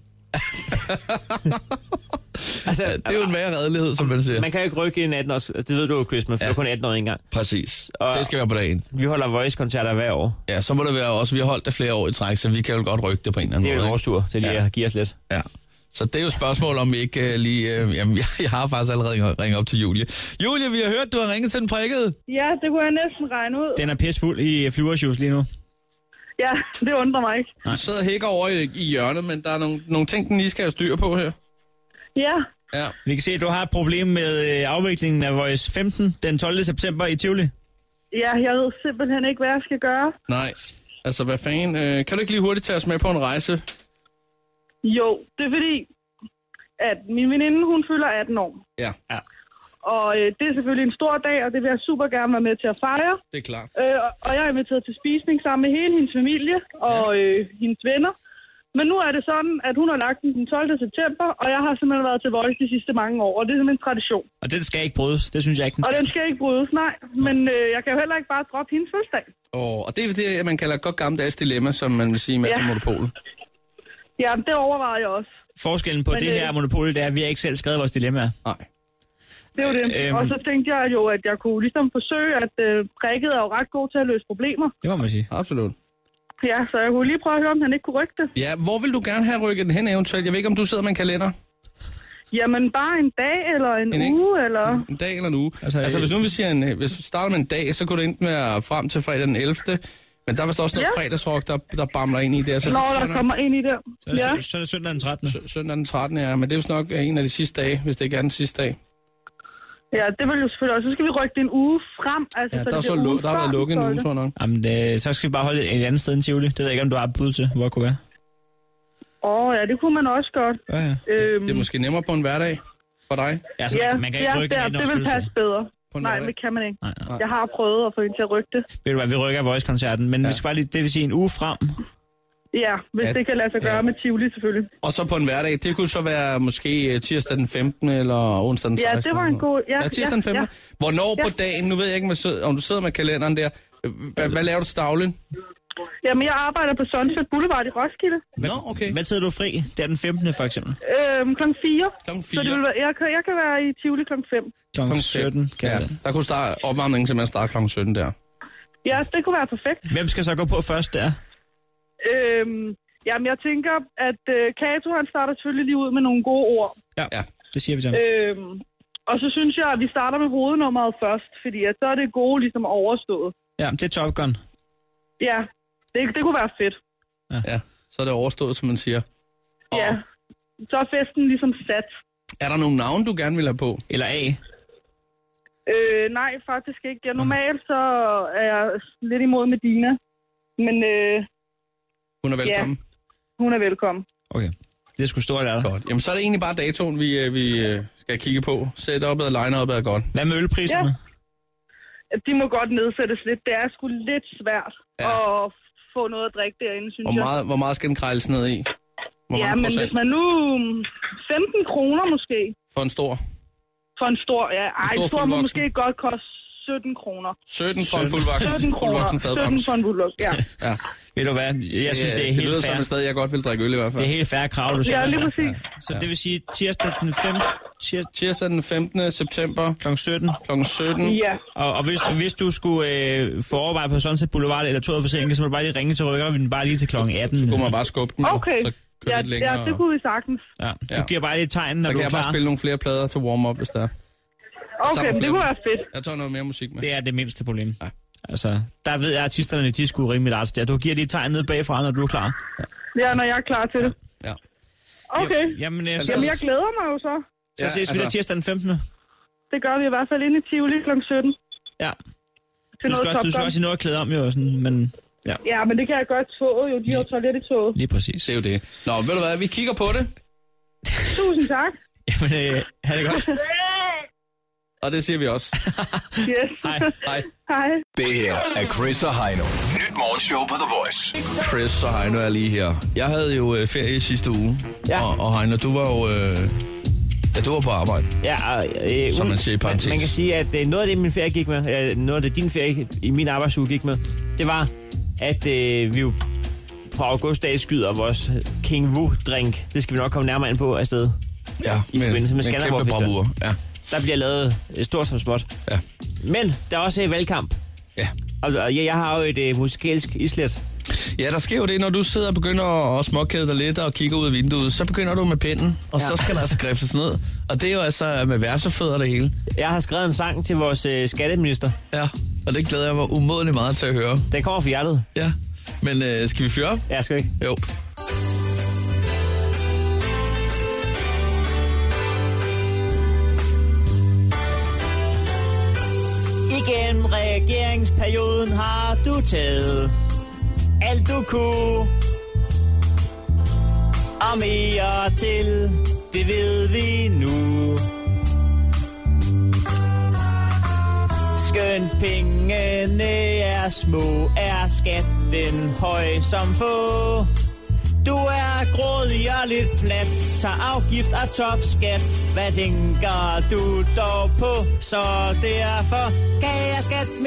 Altså, det er jo en mere redelighed, som man siger. Man kan jo ikke rykke en 18 års. Det ved du jo, Chris, man får kun 18 år engang. Præcis. Og det skal være på dagen. Vi holder Voice-koncerter hver år. Ja, så må det være også. Vi har holdt det flere år i træk, så vi kan jo godt rykke det på en eller anden måde. Det er jo vores tur til lige at give os lidt. Ja. Så det er jo et spørgsmål, om vi ikke lige... jamen, jeg har faktisk allerede ringet op til Julie. Julie, vi har hørt, du har ringet til den prikkede. Ja, det kunne jeg næsten regne ud. Den er pissfuld i flyvershoes lige nu. Ja, det undrer mig ikke. Du sidder og hækker over i hjørnet, men der er nogle ting, den lige skal have styr på her. Ja, Ja. Vi kan se, at du har et problem med afviklingen af Voice 15 den 12. september i Tivoli. Ja, jeg ved simpelthen ikke, hvad jeg skal gøre. Nej, altså hvad fanden? Kan du ikke lige hurtigt tage os med på en rejse? Jo, det er fordi, at min veninde, hun fylder 18 år. Ja. Og det er selvfølgelig en stor dag, og det vil jeg super gerne være med til at fejre. Det er klart. Og jeg er inviteret til spisning sammen med hele hendes familie og hendes venner. Men nu er det sådan, at hun har lagt den 12. september, og jeg har simpelthen været til Voice de sidste mange år, og det er simpelthen en tradition. Og det skal ikke brydes, det synes jeg ikke. Og den skal ikke brydes, nej. Men jeg kan jo heller ikke bare droppe hendes fødselsdag. Og det er det, man kalder et godt gammeldags dilemma, som man vil sige med til Monopolet. Ja, det overvejer jeg også. Forskellen på det her Monopol, det er, at vi har ikke selv skrevet vores dilemmaer. Nej. Det er jo det. Og så tænkte jeg jo, at jeg kunne ligesom forsøge, at prikket er jo ret god til at løse problemer. Det må man sige. Absolut. Ja, så jeg kunne lige prøve at høre, om han ikke kunne rykke det. Ja, hvor vil du gerne have rykket den hen eventuelt? Jeg ved ikke, om du sidder med en kalender? Jamen, bare en dag eller en uge, eller... En dag eller en uge. Altså hvis nu vi siger, hvis vi starter med en dag, så kunne det enten være frem til fredag den 11. Men der er vist også noget fredagsrock, der bamler ind i det. Så der kommer ind i det. Så er det søndag den 13. Søndag den 13, ja. Men det er jo nok en af de sidste dage, hvis det ikke er den sidste dag. Ja, det vil jo selvfølgelig også. Så skal vi rykke det en uge frem. Altså, Ja, så der har været lukket en uge, tror jeg nok. Jamen, så skal vi bare holde et andet sted end Tivoli. Det ved jeg ikke, om du har et bud til, hvor det kunne være. Ja, det kunne man også godt. Ja. Det er måske nemmere på en hverdag for dig. Altså, man kan ikke rykke det vil passe bedre. Nej, det kan man ikke. Nej. Jeg har prøvet at få hende til at rykke det. Ved du hvad, vi rykker Voice-koncerten, men vi skal bare lige, det vil sige en uge frem. Ja, hvis det kan lade sig gøre med Tivoli selvfølgelig. Og så på en hverdag, det kunne så være måske tirsdag den 15. eller onsdag den 16. Ja, det var en god... Ja, tirsdag den 15. Hvornår på dagen, nu ved jeg ikke, om du sidder med kalenderen der, hvad laver du til daglig? Jamen, jeg arbejder på Sunset Boulevard i Roskilde. Okay. Hvad tid er du fri? Det er den 15. for eksempel. Klokken 4. Klokken 4. Så det vil være, jeg kan være i Tivoli klokken 5. Klokken 17. Der kunne starte opvarmningen simpelthen starte klokken 17 der. Ja, det kunne være perfekt. Hvem skal så gå på først der? Jamen, jeg tænker, at Kato, han starter selvfølgelig lige ud med nogle gode ord. Ja, det siger vi så. Og så synes jeg, at vi starter med hovednummeret først, fordi at så er det gode ligesom overstået. Ja, det er Top Gun. Ja, det kunne være fedt. Ja, så er det overstået, som man siger. Ja, så er festen ligesom sat. Er der nogle navne, du gerne vil have på? Eller A? Nej, faktisk ikke. Ja, normalt så er jeg lidt imod Medina, men... Hun er velkommen? Ja, hun er velkommen. Okay, det er sgu stort af dig. Godt. Jamen, så er det egentlig bare datoen, vi skal kigge på. Setup'et og line-up'et er godt. Hvad med ølpriserne? Ja. De må godt nedsættes lidt. Det er sgu lidt svært at få noget at drikke derinde, synes jeg. Hvor meget skal den krejles ned i? Ja, men hvis man nu... 15 kroner måske. For en stor? For en stor, ja. En stor må måske godt koste 17 kroner. 17 for en fuldvoksen? 17 kroner. 17 for en fuldvoksen, ja. Ved du hvad? Jeg synes, det er helt fair. Det lyder som et sted, jeg godt vil drikke øl i hvert fald. Det er helt fair krav, du siger. Ja, lige præcis. Så det vil sige tirsdag den 15. september. Kl. 17. Kl. 17. Ja. Og hvis du skulle få overveje på Sunset Boulevard eller toget forsinket, så må du bare lige ringe, så rykker vi den bare lige til kl. 18. Så kunne man bare skubbe den. Okay. Så kører ja, det kunne vi sagtens. Ja. Du giver bare lige tegn, når du er klar. Så kan jeg bare spille nogle flere plader til warm-up, hvis der er. Okay, det kunne være fedt. Jeg tager noget mere musik med. Det er det mindste problem. Ja. Altså, der ved jeg, at artisterne, de skulle rimelig arts der. Du giver lige tegn ned bagfra, når du er klar. Ja, når jeg er klar til det. Ja. Okay. Jamen, jeg glæder mig jo så. Så ses vi der tirsdag den 15. Det gør vi i hvert fald inde i Tivoli kl. 17. Ja. Du skal også i noget at klæde om, jo. Sådan, men, ja, men det kan jeg godt toget jo. De har toilet i toget. Lige præcis. Det er jo det. Nå, ved du hvad? Vi kigger på det. Tusind tak. Jamen, ha' det godt. Og det siger vi også. Yes. Hej. Hej. Det her er Chris og Heino. Nyt morgenshow på The Voice. Chris og Heino er lige her. Jeg havde jo ferie sidste uge. Ja. Og Heino, du var jo... du var på arbejde. Ja, som man siger i parentes. Man kan sige, at noget af det, min ferie gik med, noget af det, din ferie i min arbejdsuge gik med, det var, at vi jo fra augustdag skyder vores King Wu-drink. Det skal vi nok komme nærmere ind på afsted. Ja, i forbindelse med Skanderborg Festival. Ja. Der bliver lavet stort som småt. Ja. Men der er også valgkamp. Ja. Og jeg har jo et musikalsk islet. Ja, der sker jo det, når du sidder og begynder at småkæde dig lidt og kigger ud af vinduet, så begynder du med pinden, og så skal der altså griftes ned. Og det er jo altså med versefødder det hele. Jeg har skrevet en sang til vores skatteminister. Ja, og det glæder jeg mig umådeligt meget til at høre. Den kommer fra hjertet. Ja, men skal vi fyre op? Ja, skal vi ikke? Jo. Igennem regeringsperioden har du taget alt du kunne. Og mere til, det ved vi nu. Skønt pengene er små, er skatten høj som få. Du er grådig og lidt plat, tager afgift og topskat. Hvad tænker du dog på? Så derfor, kære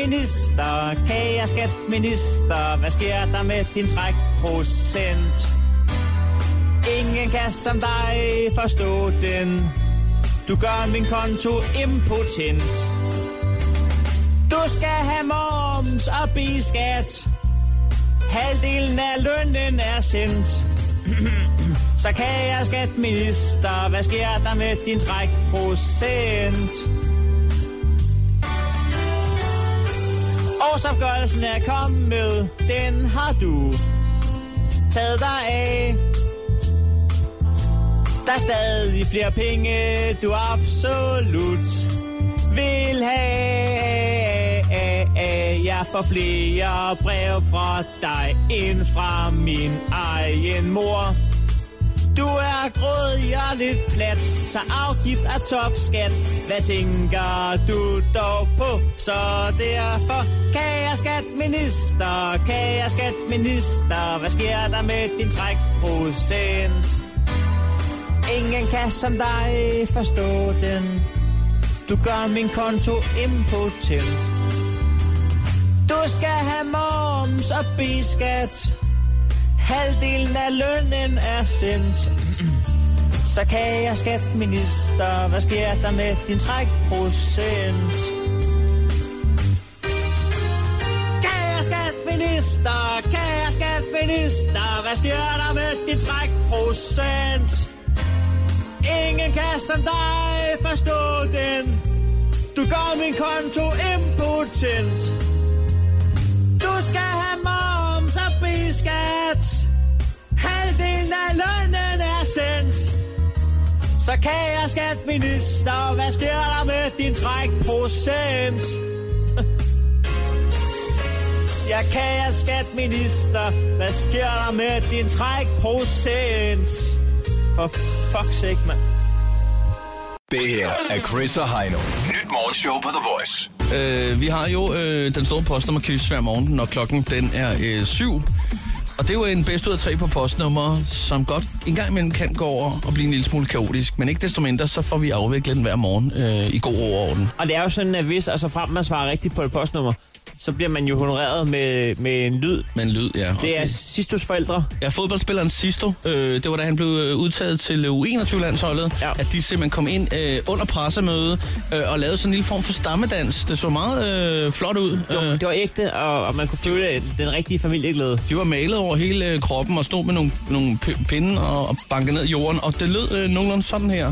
skatminister, hvad sker der med din trækprocent? Ingen kan som dig forstå den. Du gør min konto impotent. Du skal have moms og biskat. Halvdelen af lønnen er sendt. Så kære skatminister, hvad sker der med din trækprocent? Årsopgørelsen er kommet, den har du taget dig af. Der er stadig flere penge, du absolut vil have. Jeg får flere brev fra dig end fra min egen mor. Du er grådig og lidt plat, tager afgift og topskat. Hvad tænker du dog på? Så derfor, kære skatminister, hvad sker der med din trækprocent? Ingen kan som dig forstå den. Du gør min konto impotent. Du skal have moms og biskat. Halvdelen af lønnen er sendt. Så kære skatminister, hvad sker der med din trækprocent? Kære skatminister, hvad sker der med din trækprocent? Ingen kan som dig forstå den. Du gør min konto impotent. Du skal have moms og biskat. Halvdelen af lønnen er sendt. Så kære skatminister, hvad sker der med din trækprocent? Ja, kære skatminister, hvad sker der med din trækprocent? For fuck's sake, mand. Det her er Chris og Heino. Nyt morgenshow på The Voice. Vi har jo den store postnummerquiz hver morgen, når klokken den er 7. Og det er jo en bedst ud af 3 på postnummer, som godt en gang imellem kan gå over og blive en lille smule kaotisk. Men ikke desto mindre, så får vi afviklet den hver morgen i god ro og orden. Og det er jo sådan, at hvis altså frem man svarer rigtigt på et postnummer, så bliver man jo honoreret med en lyd. Med en lyd, ja. Det er Sistos forældre. Ja, fodboldspilleren Sisto. Det var da han blev udtaget til U21-landsholdet, ja. At de simpelthen kom ind under pressemøde og lavede sådan en lille form for stammedans. Det så meget flot ud. Det var ægte, og man kunne føle den rigtige familieglæde. De var malet over hele kroppen og stod med nogle pinde og bankede ned i jorden, og det lød nogenlunde sådan her.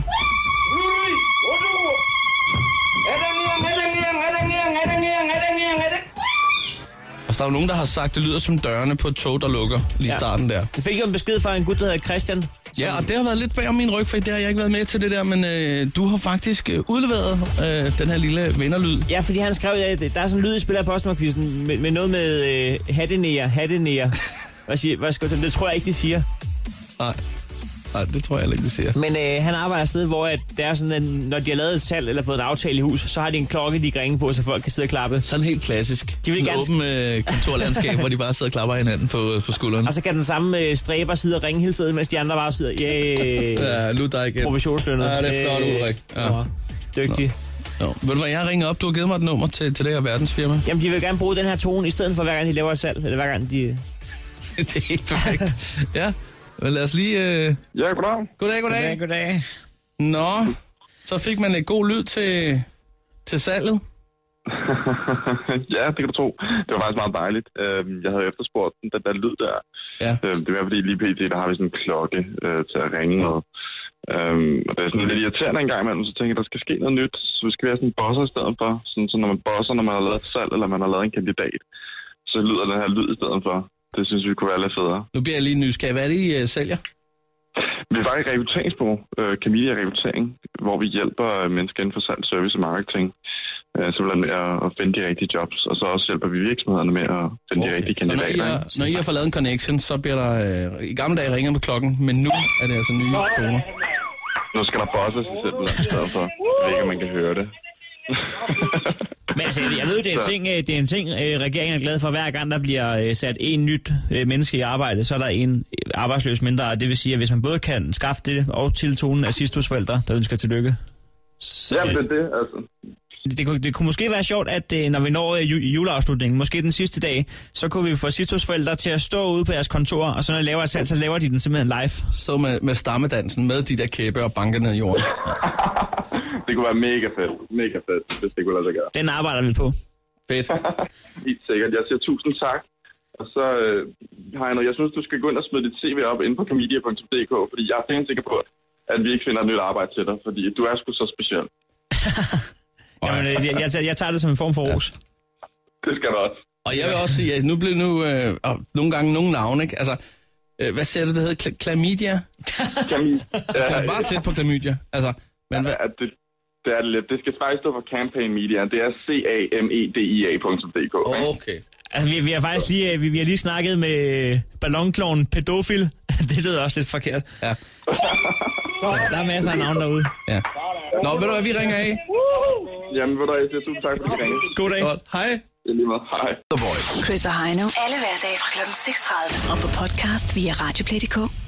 Og der er jo nogen, der har sagt, at det lyder som dørene på et tog, der lukker lige i starten der. Jeg fik jo en besked fra en gut, der hedder Christian. Ja, og det har været lidt bag om min ryg, for det har jeg ikke været med til det der, men du har faktisk udleveret den her lille vinderlyd. Ja, fordi han skrev, at der er sådan en lyd, I spiller på postnummerquizzen med noget med hattenære. Hvad skal jeg sige? Det tror jeg ikke, de siger. Nej, det tror jeg heller ikke, det siger. Men han arbejder et sted, hvor at det er sådan, at når de har lavet et salg eller fået en aftale i hus, så har de en klokke, de kan ringe på, så folk kan sidde og klappe. Sådan helt klassisk. De vil sådan åben kontorlandskab, hvor de bare sidder og klapper hinanden på skulderen. Og så kan den samme stræber sidde og ringe hele tiden, mens de andre bare sidder, ja, nu dig igen. Provisionslønnet. Ja, det er flot, Ulrik. Ja. Dygtig. Ved du hvad, jeg ringer op. Du har givet mig et nummer til det her verdensfirma. Jamen, de vil gerne bruge den her tone, i stedet for hver gang de laver et salg, eller hver gang de... Det er helt perfekt. Ja. Men lad os lige... Ja, goddag. Goddag. Nå, så fik man et god lyd til salget. Ja, det kan du tro. Det var faktisk meget dejligt. Jeg havde efterspurgt den der lyd der. Ja. Det var fordi lige pt. Der har vi sådan en klokke til at ringe med. Og det er sådan lidt irriterende en gang imellem, så tænker jeg, der skal ske noget nyt. Så vi skal være sådan en bosser i stedet for. Sådan, så når man bosser, når man har lavet et salg, eller man har lavet en kandidat, så lyder den her lyd i stedet for. Det synes vi kunne være lidt federe. Nu bliver jeg lige nysgerrig. Hvad er det, I sælger? Vi er faktisk et rekrutteringsbureau, Camellia Rekruttering, hvor vi hjælper mennesker inden for salg, service og marketing. Simpelthen med at finde de rigtige jobs, og så også hjælper vi virksomhederne med at finde de rigtige kandidater. Så når I har fået lavet en connection, så bliver der i gamle dage ringet med klokken, men nu er det altså nye toner. Nu skal der bosses i simpelthen, så jeg ved ikke, om man kan høre det. Men altså, jeg ved, det er en ting, regeringen er glad for. Hver gang der bliver sat en nyt menneske i arbejde, så er der en arbejdsløs mindre. Det vil sige, at hvis man både kan skaffe det og til tonen af sidstosforældre, der ønsker tillykke. Så, ja, det er det, altså. Det kunne måske være sjovt, at når vi når juleafslutningen, måske den sidste dag, så kunne vi få sidstosforældre til at stå ude på jeres kontor, og så når de laver et salg, så laver de den simpelthen live. Så med stammedansen, med de der kæbe og banker ned i jorden. Det kunne være mega fedt, hvis det kunne lade sig gøre. Den arbejder vi på. Fedt. Helt sikkert. Jeg siger tusind tak. Og så har jeg noget. Jeg synes, du skal gå ind og smide dit CV op inde på camellia.dk, fordi jeg er helt sikker på, at vi ikke finder et nyt arbejde til dig, fordi du er sgu så speciel. Jamen, jeg tager det som en form for ros. Det skal du også. Og jeg vil også sige, at nu bliver nogle gange nogle navne, ikke? Altså, hvad siger du, det hedder? Chlamydia? Det er bare tæt på chlamydia. Altså, men hvad? Det er det lidt. Det skal faktisk stå for Campaign Media. Det er camedia.dk. Okay. Altså, vi har faktisk lige snakket med ballonkloven pædofil. Det lyder også lidt forkert. Ja. Der er masser af navn derude. Ja. Nå, ved du hvad, vi ringer af? Jamen, ved du hvad, jeg siger tusind tak, for at I ringer. God dag. Hej. Hej. The Voice. Chris og Heino. Alle hverdage fra kl. 6:30. Og på podcast via Radioplay.dk.